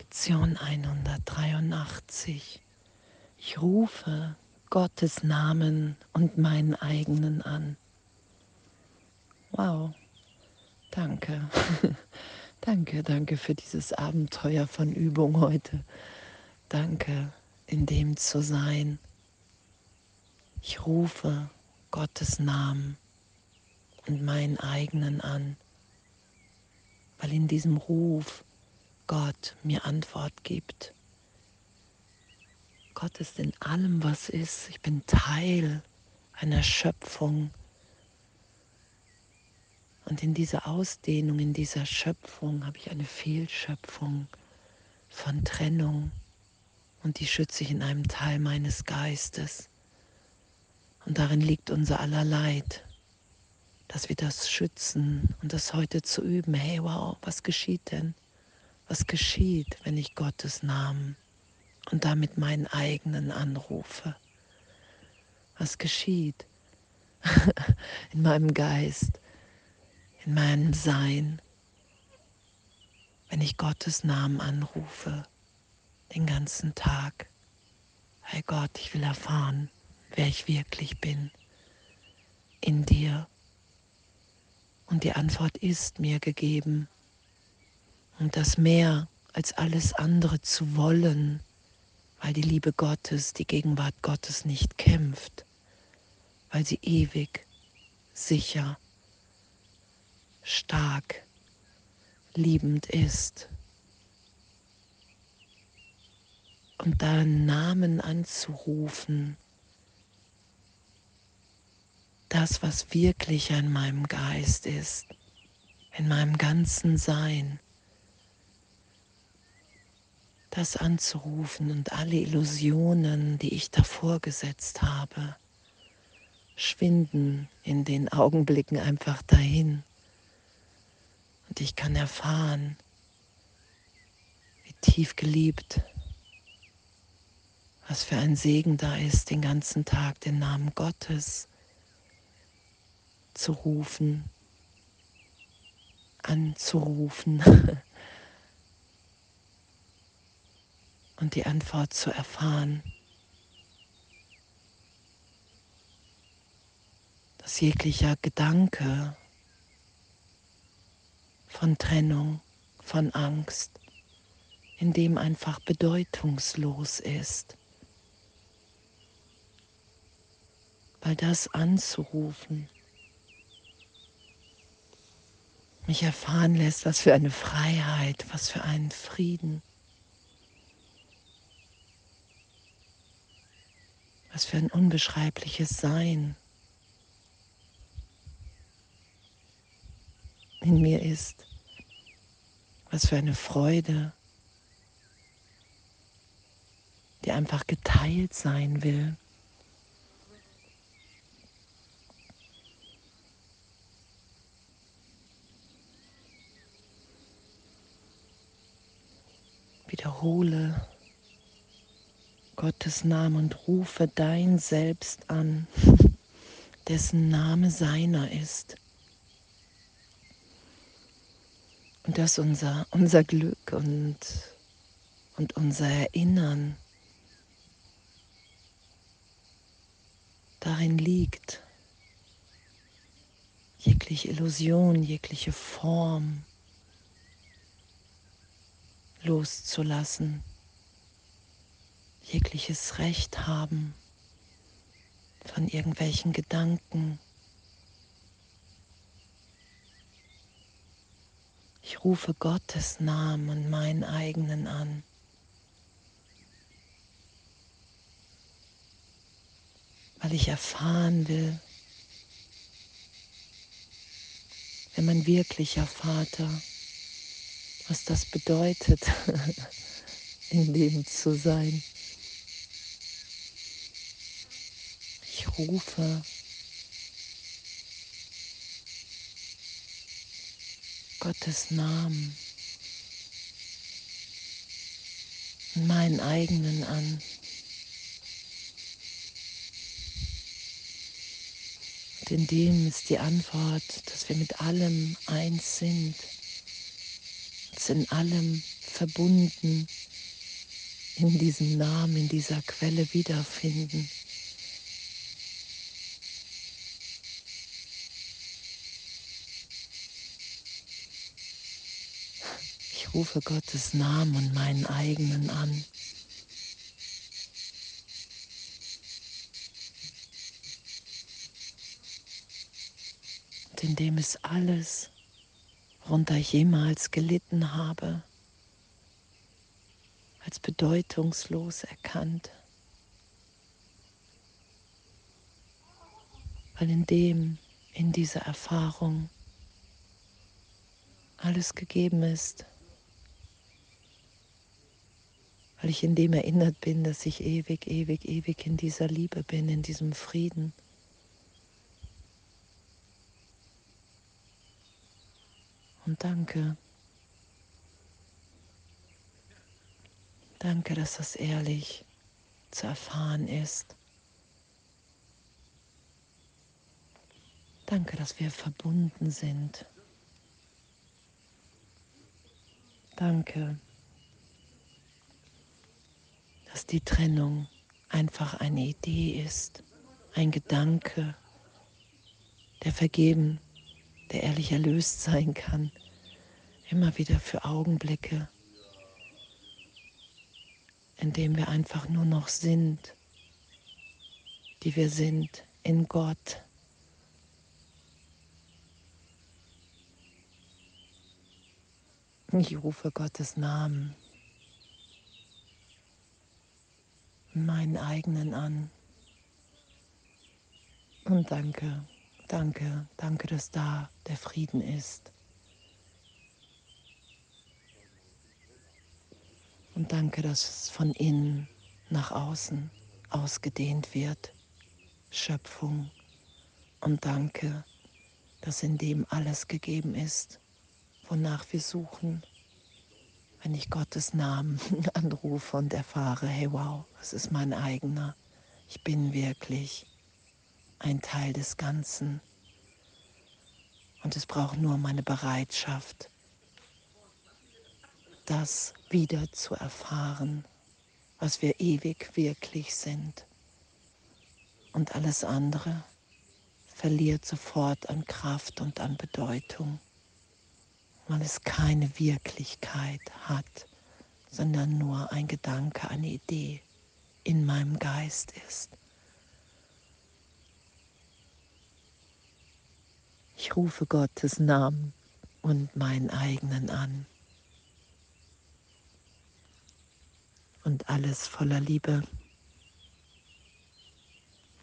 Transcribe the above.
Lektion 183. Ich rufe Gottes Namen und meinen eigenen an. Wow, danke. Danke für dieses Abenteuer von Übung heute. Danke, in dem zu sein. Ich rufe Gottes Namen und meinen eigenen an, weil in diesem Ruf Gott mir Antwort gibt. Gott ist in allem, was ist. Ich bin Teil einer Schöpfung. Und in dieser Ausdehnung, in dieser Schöpfung habe ich eine Fehlschöpfung von Trennung. Und die schütze ich in einem Teil meines Geistes. Und darin liegt unser aller Leid, dass wir das schützen und das heute zu üben. Hey, wow, was geschieht denn? Was geschieht, wenn ich Gottes Namen und damit meinen eigenen anrufe? Was geschieht in meinem Geist, in meinem Sein, wenn ich Gottes Namen anrufe, den ganzen Tag? Hey Gott, ich will erfahren, wer ich wirklich bin in dir. Und die Antwort ist mir gegeben. Und das mehr als alles andere zu wollen, weil die Liebe Gottes, die Gegenwart Gottes nicht kämpft, weil sie ewig, sicher, stark, liebend ist. Und deinen Namen anzurufen, das, was wirklich in meinem Geist ist, in meinem ganzen Sein, das anzurufen und alle Illusionen, die ich davor gesetzt habe, schwinden in den Augenblicken einfach dahin. Und ich kann erfahren, wie tief geliebt, was für ein Segen da ist, den ganzen Tag den Namen Gottes zu rufen, anzurufen und die Antwort zu erfahren, dass jeglicher Gedanke von Trennung, von Angst, in dem einfach bedeutungslos ist. Weil das anzurufen mich erfahren lässt, was für eine Freiheit, was für einen Frieden, was für ein unbeschreibliches Sein in mir ist, was für eine Freude, die einfach geteilt sein will. Wiederhole Gottes Namen und rufe dein Selbst an, dessen Name seiner ist. Und dass unser Glück und unser Erinnern darin liegt, jegliche Illusion, jegliche Form loszulassen, jegliches Recht haben von irgendwelchen Gedanken. Ich rufe Gottes Namen und meinen eigenen an. Weil ich erfahren will, wer mein wirklicher Vater, was das bedeutet, in Leben zu sein. Ich rufe Gottes Namen und meinen eigenen an. Und in dem ist die Antwort, dass wir mit allem eins sind, uns in allem verbunden, in diesem Namen, in dieser Quelle wiederfinden. Ich rufe Gottes Namen und meinen eigenen an. Und indem es alles, worunter ich jemals gelitten habe, als bedeutungslos erkannt. Weil in dieser Erfahrung alles gegeben ist. Weil ich in dem erinnert bin, dass ich ewig, ewig, ewig in dieser Liebe bin, in diesem Frieden. Und danke. Danke, dass das ehrlich zu erfahren ist. Danke, dass wir verbunden sind. Danke, dass die Trennung einfach eine Idee ist, ein Gedanke, der vergeben, der ehrlich erlöst sein kann, immer wieder für Augenblicke, in denen wir einfach nur noch sind, die wir sind in Gott. Ich rufe Gottes Namen, meinen eigenen an. Und danke, danke, danke, dass da der Frieden ist. Und danke, dass es von innen nach außen ausgedehnt wird. Schöpfung. Und danke, dass in dem alles gegeben ist, wonach wir suchen. Wenn ich Gottes Namen anrufe und erfahre, hey wow, es ist mein eigener. Ich bin wirklich ein Teil des Ganzen. Und es braucht nur meine Bereitschaft, das wieder zu erfahren, was wir ewig wirklich sind. Und alles andere verliert sofort an Kraft und an Bedeutung, weil es keine Wirklichkeit hat, sondern nur ein Gedanke, eine Idee in meinem Geist ist. Ich rufe Gottes Namen und meinen eigenen an. Und alles voller Liebe.